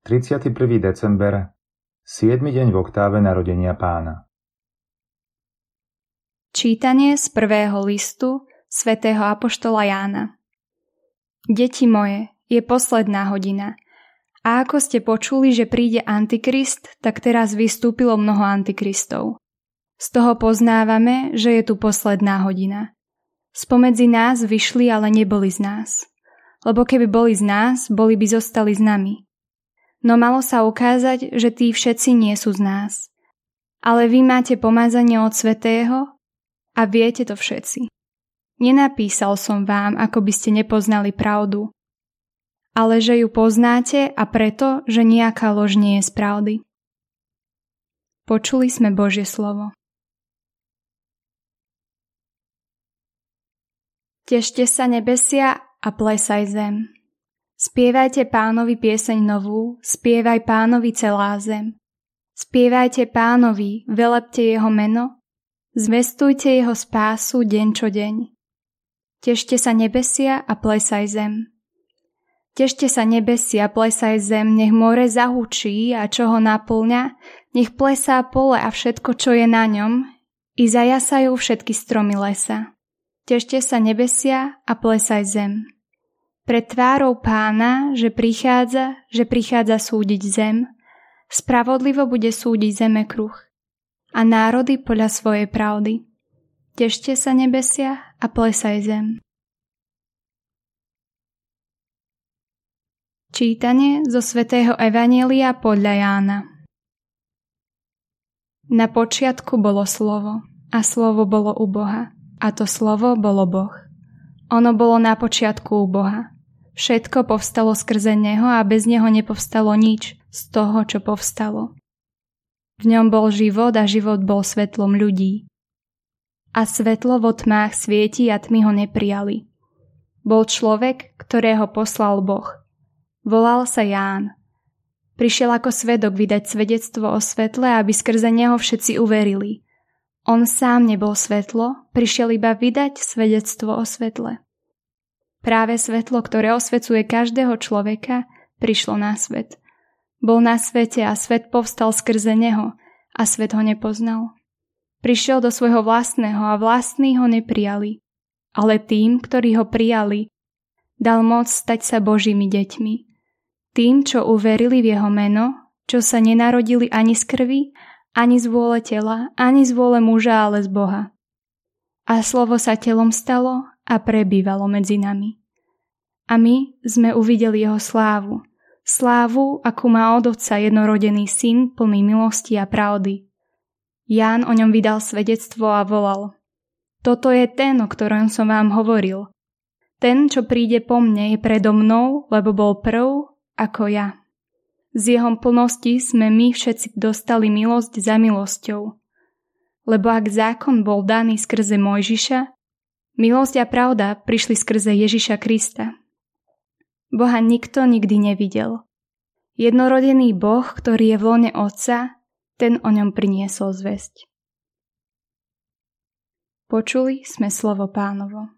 31. december, 7. deň v oktáve narodenia Pána. Čítanie z prvého listu svätého apoštola Jána. Deti moje, je posledná hodina. A ako ste počuli, že príde Antikrist, tak teraz vystúpilo mnoho Antikristov. Z toho poznávame, že je tu posledná hodina. Spomedzi nás vyšli, ale neboli z nás. Lebo keby boli z nás, boli by zostali s nami. No malo sa ukázať, že tí všetci nie sú z nás. Ale vy máte pomazanie od Svätého a viete to všetci. Nenapísal som vám, ako by ste nepoznali pravdu, ale že ju poznáte a preto, že nejaká lož nie je z pravdy. Počuli sme Božie slovo. Tešte sa nebesia a plesaj zem. Spievajte Pánovi pieseň novú, spievaj Pánovi celá zem. Spievajte Pánovi, velepte jeho meno, zvestujte jeho spásu deň čo deň. Tešte sa nebesia a plesaj zem. Tešte sa nebesia, plesaj zem, nech more zahučí a čo ho naplňa, nech plesá pole a všetko, čo je na ňom, i zajasajú všetky stromy lesa. Tešte sa nebesia a plesaj zem. Pred tvárou Pána, že prichádza súdiť zem, spravodlivo bude súdiť zeme kruh a národy podľa svojej pravdy. Tešte sa nebesia a plesaj zem. Čítanie zo svätého Evanjelia podľa Jána. Na počiatku bolo slovo, a slovo bolo u Boha, a to slovo bolo Boh. Ono bolo na počiatku u Boha. Všetko povstalo skrze neho a bez neho nepovstalo nič z toho, čo povstalo. V ňom bol život a život bol svetlom ľudí. A svetlo vo tmách svieti a tmy ho neprijali. Bol človek, ktorého poslal Boh. Volal sa Ján. Prišiel ako svedok vydať svedectvo o svetle, aby skrze neho všetci uverili. On sám nebol svetlo, prišiel iba vydať svedectvo o svetle. Práve svetlo, ktoré osvecuje každého človeka, prišlo na svet. Bol na svete a svet povstal skrze neho a svet ho nepoznal. Prišiel do svojho vlastného a vlastní ho neprijali. Ale tým, ktorí ho prijali, dal moc stať sa Božími deťmi. Tým, čo uverili v jeho meno, čo sa nenarodili ani z krvi, ani z vôle tela, ani z vôle muža, ale z Boha. A slovo sa telom stalo a prebývalo medzi nami. A my sme uvideli jeho slávu. Slávu, akú má od Otca jednorodený syn, plný milosti a pravdy. Ján o ňom vydal svedectvo a volal: Toto je ten, o ktorom som vám hovoril. Ten, čo príde po mne, je predo mnou, lebo bol prv ako ja. Z jeho plnosti sme my všetci dostali milosť za milosťou. Lebo ak zákon bol daný skrze Mojžiša, milosť a pravda prišli skrze Ježiša Krista. Boha nikto nikdy nevidel. Jednorodený Boh, ktorý je v lone Otca, ten o ňom priniesol zvesť. Počuli sme slovo Pánovo.